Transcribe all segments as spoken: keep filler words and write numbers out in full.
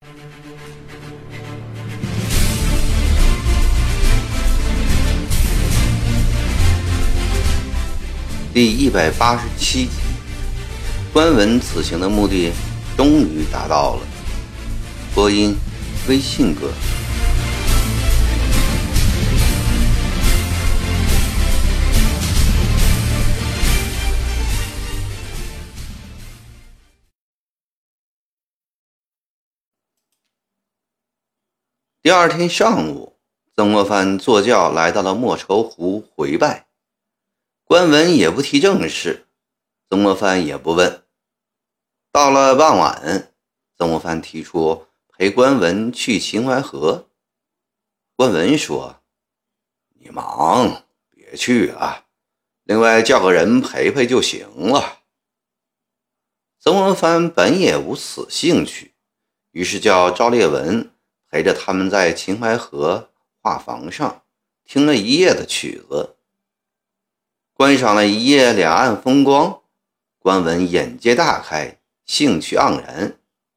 第一百八十七集，关文此行的目的终于达到了。播音：微信哥。第二天上午，曾国藩坐轿来到了莫愁湖回拜。关文也不提正事，曾国藩也不问。到了傍晚，曾国藩提出陪关文去秦淮河。关文说：“你忙，别去啊，另外叫个人陪陪就行了。”曾国藩本也无此兴趣，于是叫赵烈文陪着他们在秦淮河画舫上听了一夜的曲子。观赏了一夜两岸风光，关文眼界大开，兴趣盎然。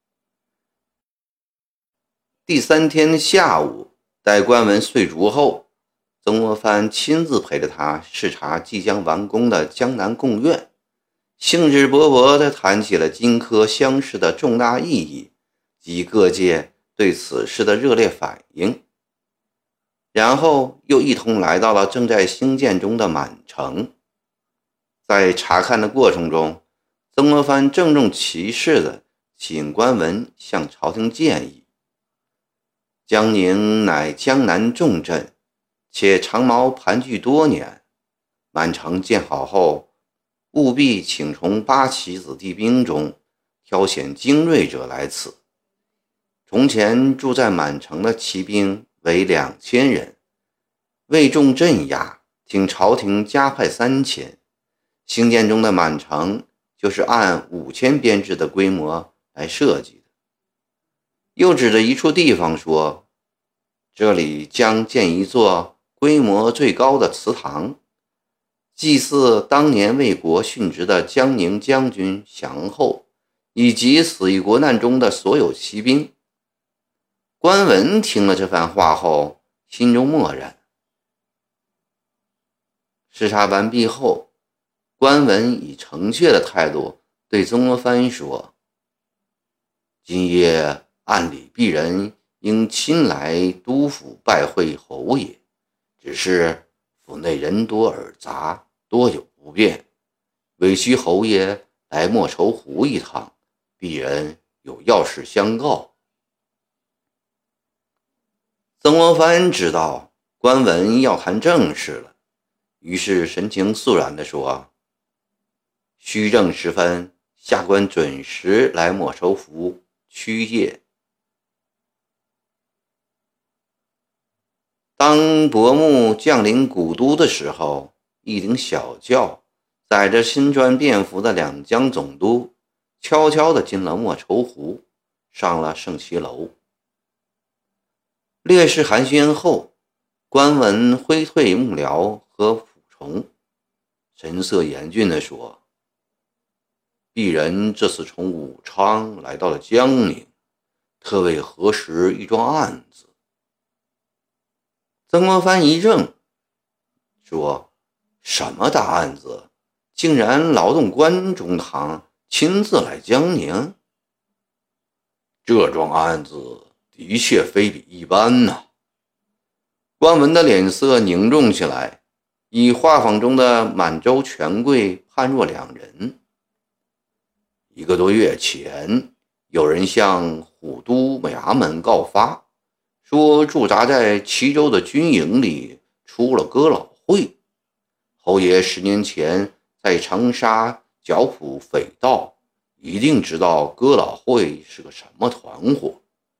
第三天下午，待关文睡着后，曾国藩亲自陪着他视察即将完工的江南贡院，兴致勃勃地谈起了荆轲乡试的重大意义及各界对此事的热烈反应。然后又一同来到了正在兴建中的满城。在查看的过程中，曾国藩郑重其事地请关文向朝廷建议：江宁乃江南重镇，且长毛盘踞多年，满城建好后，务必请从八旗子弟兵中挑选精锐者来此。从前住在满城的骑兵为两千人，为众镇压，请朝廷加派三千。兴建中的满城就是按五千编制的规模来设计的。又指着一处地方说，这里将建一座规模最高的祠堂，祭祀当年为国殉职的江宁将军降后以及死于国难中的所有骑兵。关文听了这番话后，心中默然。视察完毕后，关文以诚切的态度对曾国藩说：“今夜按理鄙人应亲来督府拜会侯爷，只是府内人多耳杂，多有不便，委屈侯爷来莫愁湖一趟，鄙人有要事相告。”曾国藩知道关文要谈正事了，于是神情肃然地说：“虚正时分，下官准时来莫愁湖趋谒。”当薄暮降临古都的时候，一顶小轿载着新装便服的两江总督悄悄地进了莫愁湖，上了圣骑楼。略事寒暄后，关文挥退幕僚和仆从，神色严峻地说：“鄙人这次从武昌来到了江宁，特为核实一桩案子。”曾国藩一怔，说：“什么大案子？竟然劳动关中堂亲自来江宁？”这桩案子的确非比一般呐、啊。关文的脸色凝重起来，以画舫中的满洲权贵判若两人。一个多月前，有人向虎都衙门告发，说驻扎在齐州的军营里出了哥老会。侯爷十年前在长沙剿捕匪盗，一定知道哥老会是个什么团伙。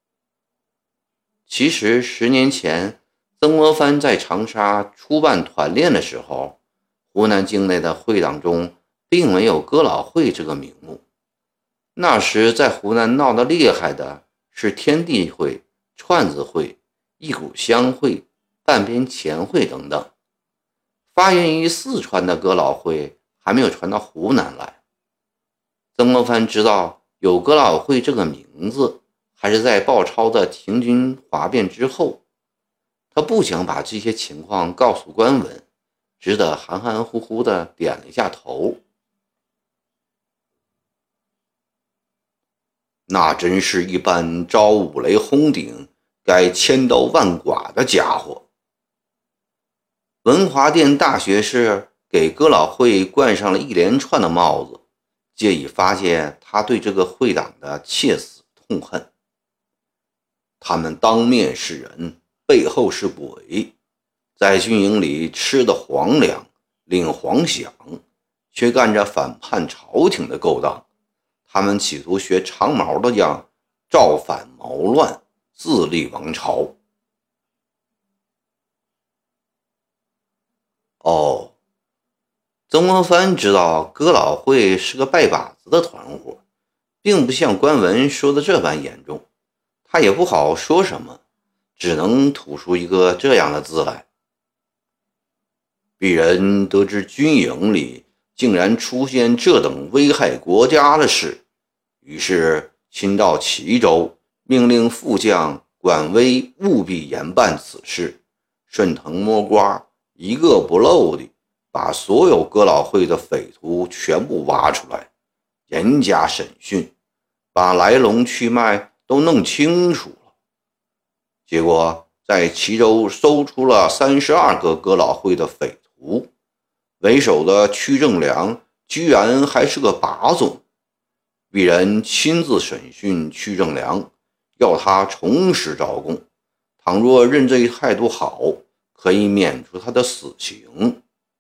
其实十年前曾国藩在长沙初办团练的时候，湖南境内的会党中并没有哥老会这个名目。那时在湖南闹得厉害的是天地会、串子会、一股乡会、半边钱会等等。发源于四川的哥老会还没有传到湖南来。曾国藩知道有哥老会这个名字， 还是在鲍超的停军哗变之后。他不想把这些情况告诉关文，只得含含糊糊地点了一下头。那真是一般招五雷轰顶，该千刀万剐的家伙。文华殿大学士给哥老会冠上了一连串的帽子，借以发泄他对这个会党的切死痛恨。他们当面是人，背后是鬼，在军营里吃的皇粮，领皇饷，却干着反叛朝廷的勾当。他们企图学长毛的样，造反谋乱，自立王朝。哦，曾国藩知道哥老会是个拜把子的团伙，并不像关文说的这般严重，他也不好说什么，只能吐出一个这样的字来。鄙人得知军营里竟然出现这等危害国家的事，于是亲到齐州，命令副将管威务必严办此事，顺藤摸瓜，一个不漏地把所有哥老会的匪徒全部挖出来，严加审讯，把来龙去脉都弄清楚了。结果在齐州搜出了三十二个哥老会的匪徒，为首的屈正良居然还是个把总。鄙人亲自审讯屈正良，要他从实招供，倘若认罪态度好，可以免除他的死刑。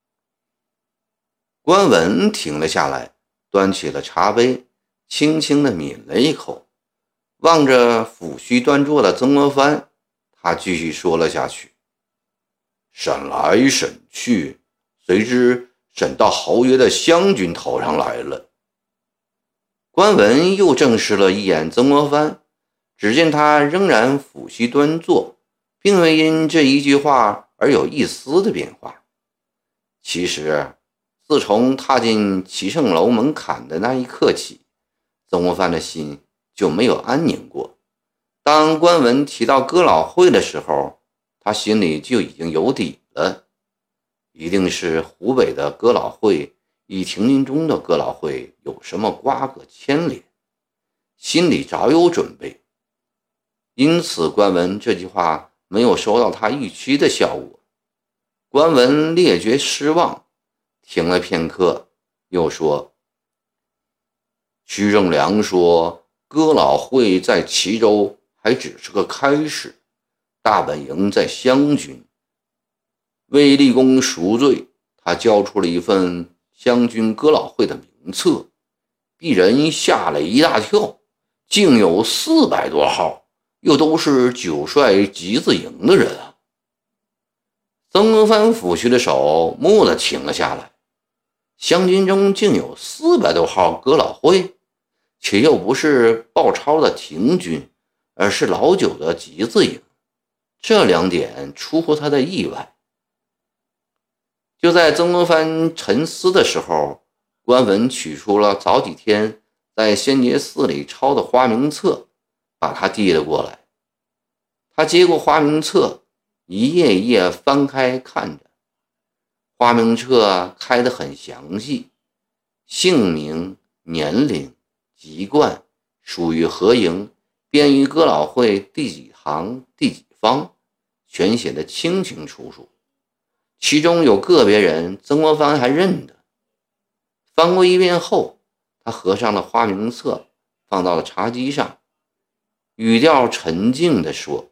关文停了下来，端起了茶杯，轻轻地抿了一口，望着抚须端坐的曾国藩，他继续说了下去。审来审去，谁知审到侯爷的湘军头上来了。关文又正视了一眼曾国藩，只见他仍然抚须端坐，并未因这一句话而有一丝的变化。其实自从踏进齐盛楼门槛的那一刻起，曾国藩的心就没有安宁过。当关文提到哥老会的时候，他心里就已经有底了，一定是湖北的哥老会与廷林中的哥老会有什么瓜葛牵连，心里早有准备。因此关文这句话没有收到他预期的效果。关文略觉失望，停了片刻，又说：屈正良说哥老会在齐州还只是个开始，大本营在湘军。为立功赎罪，他交出了一份湘军哥老会的名册，鄙人吓了一大跳，竟有四百多号，又都是九帅集字营的人啊。曾国藩抚须的手蓦地停了下来，湘军中竟有四百多号哥老会，且又不是鲍超的廷军，而是老九的集字营，这两点出乎他的意外。就在曾国藩沉思的时候，关文取出了早几天在仙节寺里抄的花名册，把它递了过来。他接过花名册，一页一页翻开看着。花名册开得很详细，姓名、年龄、籍贯、属于何营，编于哥老会第几行第几方，全写得清清楚楚。其中有个别人曾国藩还认得。翻过一遍后，他合上了花名册，放到了茶几上，语调沉静地说：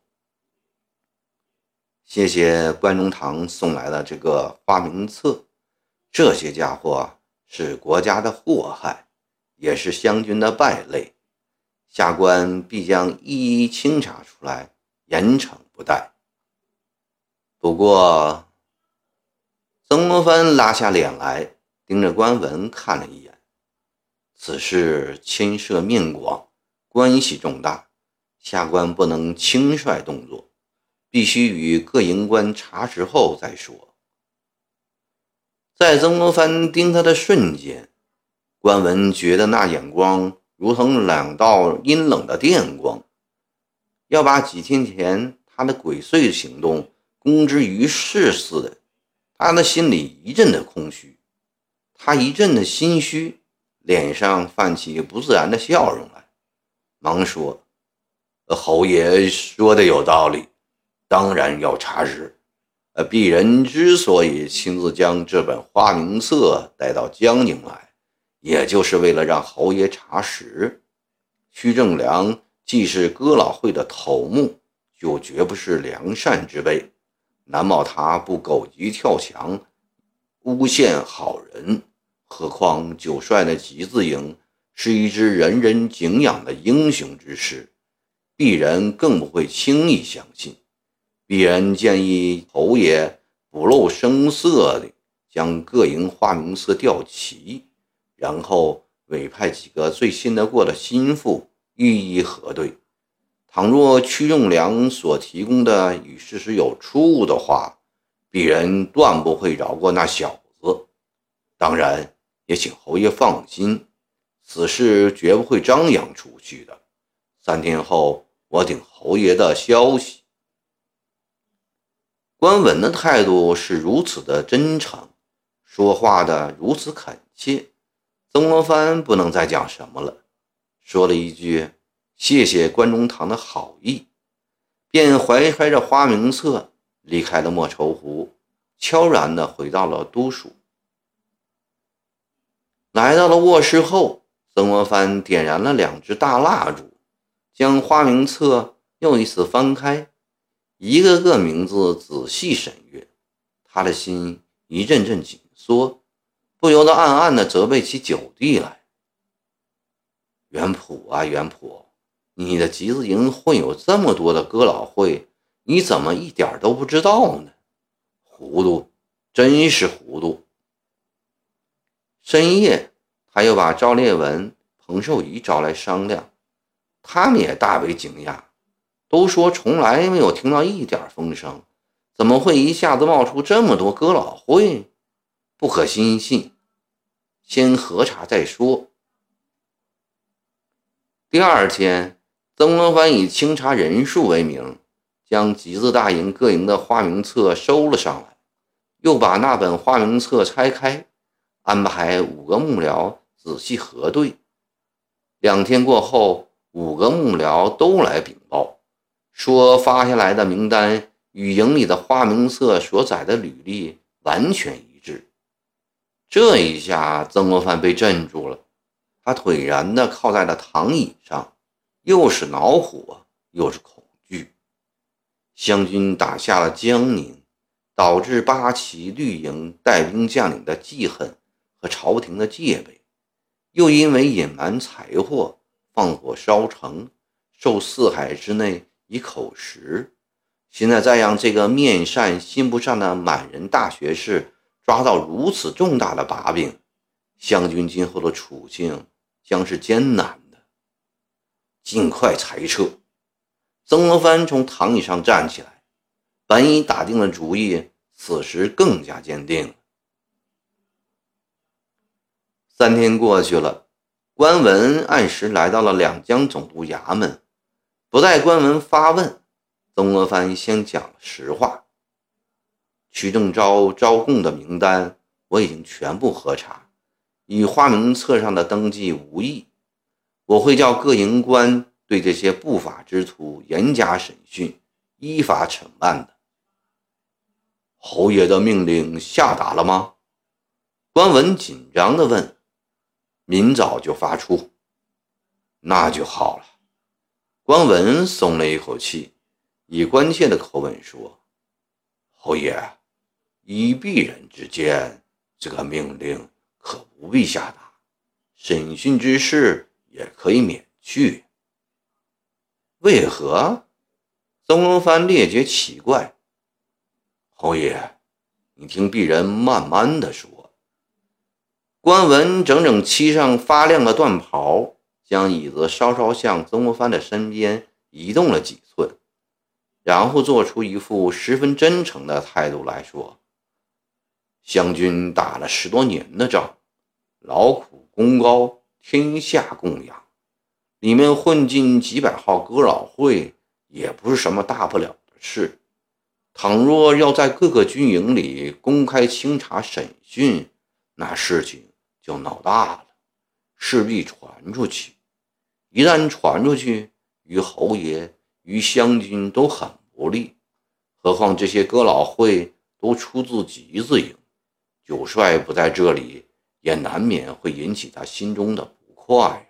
谢谢关中堂送来的这个花名册，这些家伙是国家的祸害，也是湘军的败类，下官必将一一清查出来，严惩不贷。不过曾国藩拉下脸来，盯着关文看了一眼。此事牵涉面广，关系重大，下官不能轻率动作，必须与各营官查实后再说。在曾国藩盯他的瞬间，关文觉得那眼光如同两道阴冷的电光， 要把几天前他的鬼祟行动公之于世似的。他的心里一阵的空虚，他一阵的心虚，脸上泛起不自然的笑容来，忙说：侯爷说的有道理，当然要查实。呃，鄙人之所以亲自将这本花名册带到江宁来，也就是为了让侯爷查实。屈正良既是哥老会的头目，就绝不是良善之辈，难保他不狗急跳墙，诬陷好人。何况九帅的集字营是一支人人敬仰的英雄之师，鄙人更不会轻易相信。鄙人建议侯爷不露声色地将各营花名册调齐，然后委派几个最信得过的心腹予以核对。倘若屈仲良所提供的与事实有出入的话，鄙人断不会饶过那小子。当然也请侯爷放心，此事绝不会张扬出去的。三天后我等侯爷的消息。关文的态度是如此的真诚，说话的如此恳切，曾国藩不能再讲什么了，说了一句谢谢关中堂的好意，便怀揣着花名册离开了莫愁湖，悄然地回到了都署。来到了卧室后，曾国藩点燃了两支大蜡烛，将花名册又一次翻开，一个个名字仔细审阅，他的心一阵阵紧缩，不由得暗暗地责备起九弟来。元普啊元普，你的集字营混有这么多的哥老会，你怎么一点都不知道呢？糊涂，真是糊涂。深夜，他又把赵烈文、彭寿仪招来商量，他们也大为惊讶，都说从来没有听到一点风声，怎么会一下子冒出这么多哥老会？不可轻信，先核查再说。第二天，曾国藩以清查人数为名，将集字大营各营的花名册收了上来，又把那本花名册拆开，安排五个幕僚仔细核对。两天过后，五个幕僚都来禀报，说发下来的名单与营里的花名册所载的履历完全一致。这一下曾国藩被镇住了，他颓然地靠在了躺椅上，又是恼火又是恐惧。湘军打下了江宁，导致八旗绿营带兵将领的记恨和朝廷的戒备，又因为隐瞒财货放火烧城，受四海之内以口实。现在再让这个面善心不善的满人大学士抓到如此重大的把柄，湘军今后的处境将是艰难的。尽快裁撤。曾国藩从躺椅上站起来，本已打定了主意，此时更加坚定了。三天过去了，关文按时来到了两江总督衙门，不待关文发问，曾国藩先讲了实话。徐正昭招供的名单我已经全部核查，与花名册上的登记无异，我会叫各营官对这些不法之徒严加审讯，依法惩办的。侯爷的命令下达了吗？关文紧张地问。明早就发出。那就好了。关文松了一口气，以关切的口吻说：侯爷，依鄙人之见，这个命令可不必下达，审讯之事也可以免去。为何？曾国藩略觉奇怪。侯爷，你听鄙人慢慢的说。关文整整漆上发亮的缎袍，将椅子稍稍向曾国藩的身边移动了几寸，然后做出一副十分真诚的态度来说：湘军打了十多年的仗，劳苦功高，天下供养，里面混进几百号哥老会， 也不是什么大不了的事。倘若要在各个军营里公开清查审讯，那事情就闹大了，势必传出去。一旦传出去，于侯爷于湘军都很不利。何况这些哥老会都出自集字营，九帅不在这里，也难免会引起他心中的不快呀。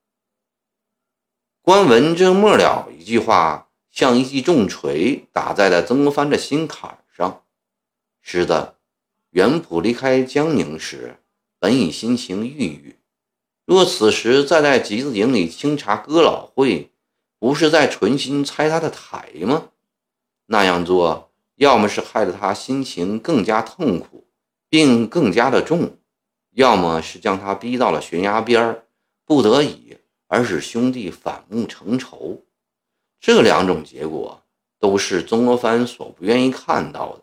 关文这末了一句话，像一记重锤打在了曾国藩的心坎上。是的，袁普离开江宁时，本已心情郁郁，若此时再在集字营里清查哥老会，不是在存心拆他的台吗？那样做，要么是害得他心情更加痛苦，病更加的重，要么是将他逼到了悬崖边，不得已而使兄弟反目成仇。这两种结果都是曾国藩所不愿意看到的。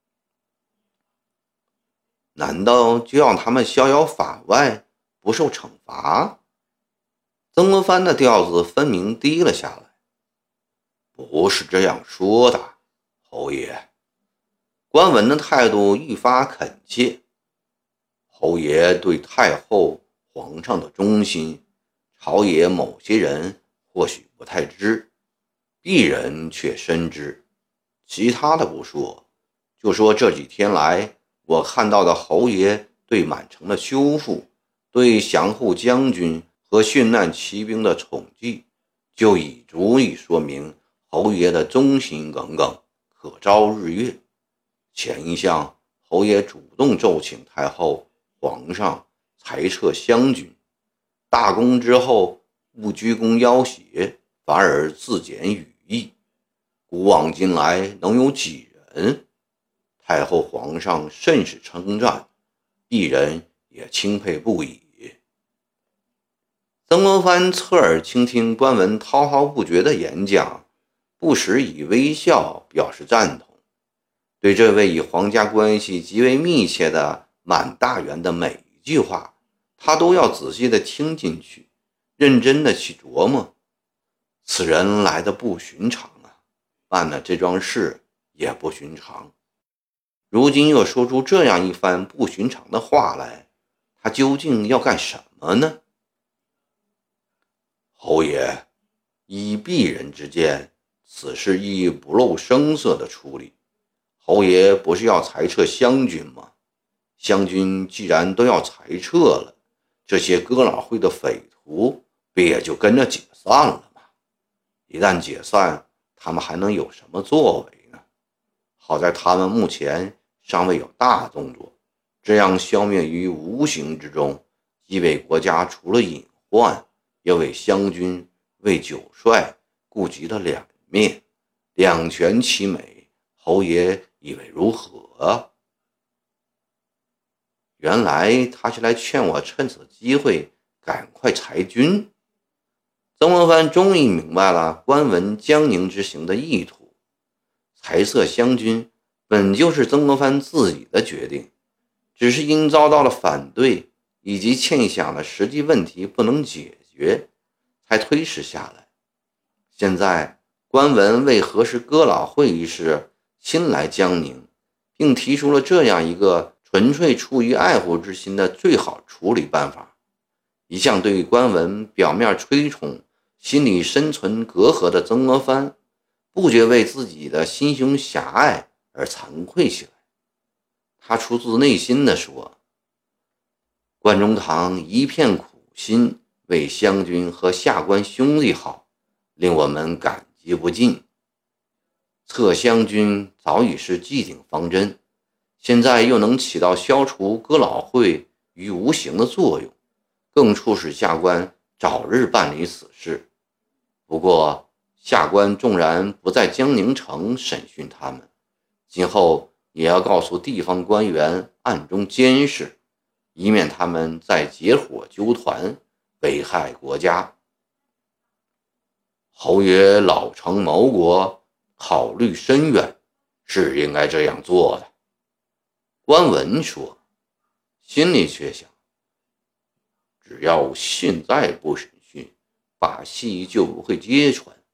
难道就让他们逍遥法外，不受惩罚？曾国藩的调子分明低了下来。不是这样说的，侯爷。关文的态度愈发恳切。侯爷对太后、皇上的忠心，朝野某些人或许不太知，鄙人却深知。其他的不说，就说这几天来我看到的侯爷对满城的修复，对降护将军和殉难骑兵的宠记，就已足以说明侯爷的忠心耿耿，可昭日月。前一项，侯爷主动奏请太后、皇上裁撤湘军，大功之后不居功要挟，反而自检羽翼，古往今来能有几人？太后、皇上甚是称赞，鄙人也钦佩不已。曾国藩侧耳倾听关文滔滔不绝的演讲，不时以微笑表示赞同。对这位与皇家关系极为密切的满大员的每一句话，他都要仔细地听进去，认真地去琢磨。此人来的不寻常啊，办了这桩事也不寻常。如今又说出这样一番不寻常的话来，他究竟要干什么呢？侯爷，依鄙人之见，此事亦不露声色的处理。侯爷不是要裁撤湘军吗？湘军既然都要裁撤了，这些哥老会的匪徒不也就跟着解散了吗？一旦解散，他们还能有什么作为呢？好在他们目前尚未有大动作，这样消灭于无形之中，既为国家除了隐患，也为湘军、为九帅顾及了两面，两全其美。侯爷以为如何？原来他是来劝我趁此机会赶快裁军。曾国藩终于明白了关文江宁之行的意图。裁撤湘军本就是曾国藩自己的决定，只是因遭到了反对，以及欠饷的实际问题不能解决，才推迟下来。现在关文为核实哥老会一事新来江宁，并提出了这样一个纯粹出于爱护之心的最好处理办法。一向对关文表面推崇，心里深存隔阂的曾国藩，不觉为自己的心胸狭隘而惭愧起来。他出自内心地说：关中堂一片苦心，为湘军和下关兄弟好，令我们感激不尽。撤湘军早已是既定方针，现在又能起到消除哥老会于无形的作用，更促使下官早日办理此事。不过下官纵然不在江宁城审讯他们，今后也要告诉地方官员暗中监视，以免他们再结伙纠团，危害国家。侯爷老成谋国，考虑深远，是应该这样做的。关文说，心里却想，只要现在不审讯，把戏就不会揭穿，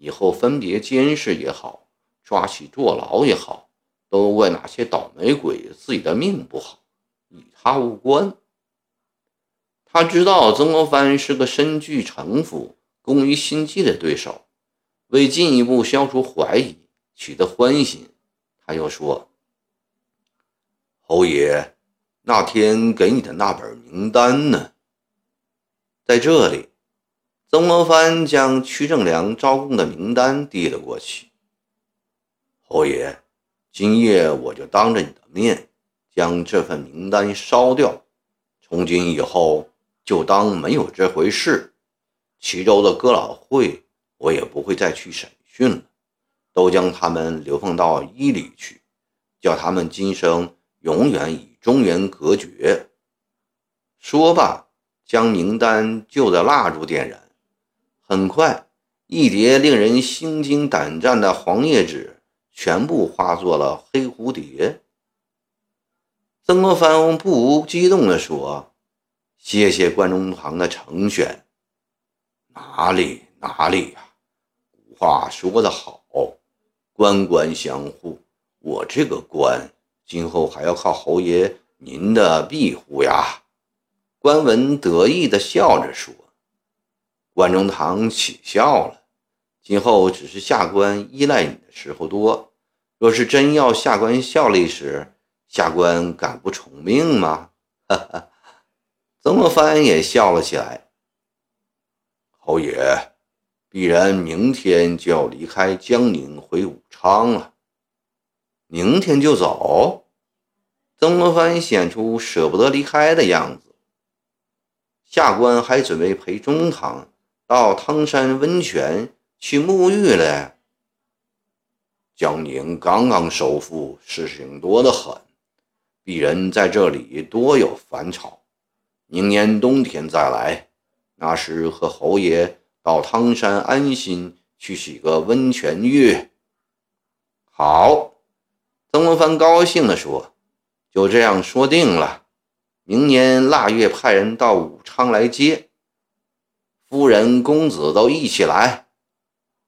以后分别监视也好，抓起坐牢也好，都怪哪些倒霉鬼自己的命不好，与他无关。他知道曾国藩是个身具城府、工于心计的对手，为进一步消除怀疑，取得欢心，他又说：侯爷，那天给你的那本名单呢？在这里，曾国藩将屈正良招供的名单递了过去。侯爷，今夜我就当着你的面将这份名单烧掉，从今以后就当没有这回事。齐州的哥老会我也不会再去审讯了，都将他们流放到伊犁去，叫他们今生永远与中原隔绝。说罢，将名单就着蜡烛点燃，很快一叠令人心惊胆战的黄页纸全部化作了黑蝴蝶。曾国藩不无激动地说：谢谢关中堂的成全。哪里哪里呀、啊，古话说得好，官官相护，我这个官今后还要靠侯爷您的庇护呀。关文得意地笑着说。关中堂起笑了，今后只是下官依赖你的时候多，若是真要下官效力时，下官敢不从命吗？哈哈。曾国藩也笑了起来。侯爷，必然明天就要离开江宁回武昌了。明天就走？曾国藩显出舍不得离开的样子。下官还准备陪中堂到汤山温泉去沐浴了。江宁刚刚收复，事情多得很，鄙人在这里多有烦恼。明年冬天再来，那时和侯爷到汤山安心去洗个温泉浴。好，曾国藩高兴地说，就这样说定了，明年腊月派人到武昌来接。夫人公子都一起来。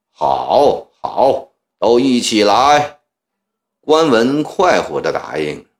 好好，都一起来。关文快活地答应。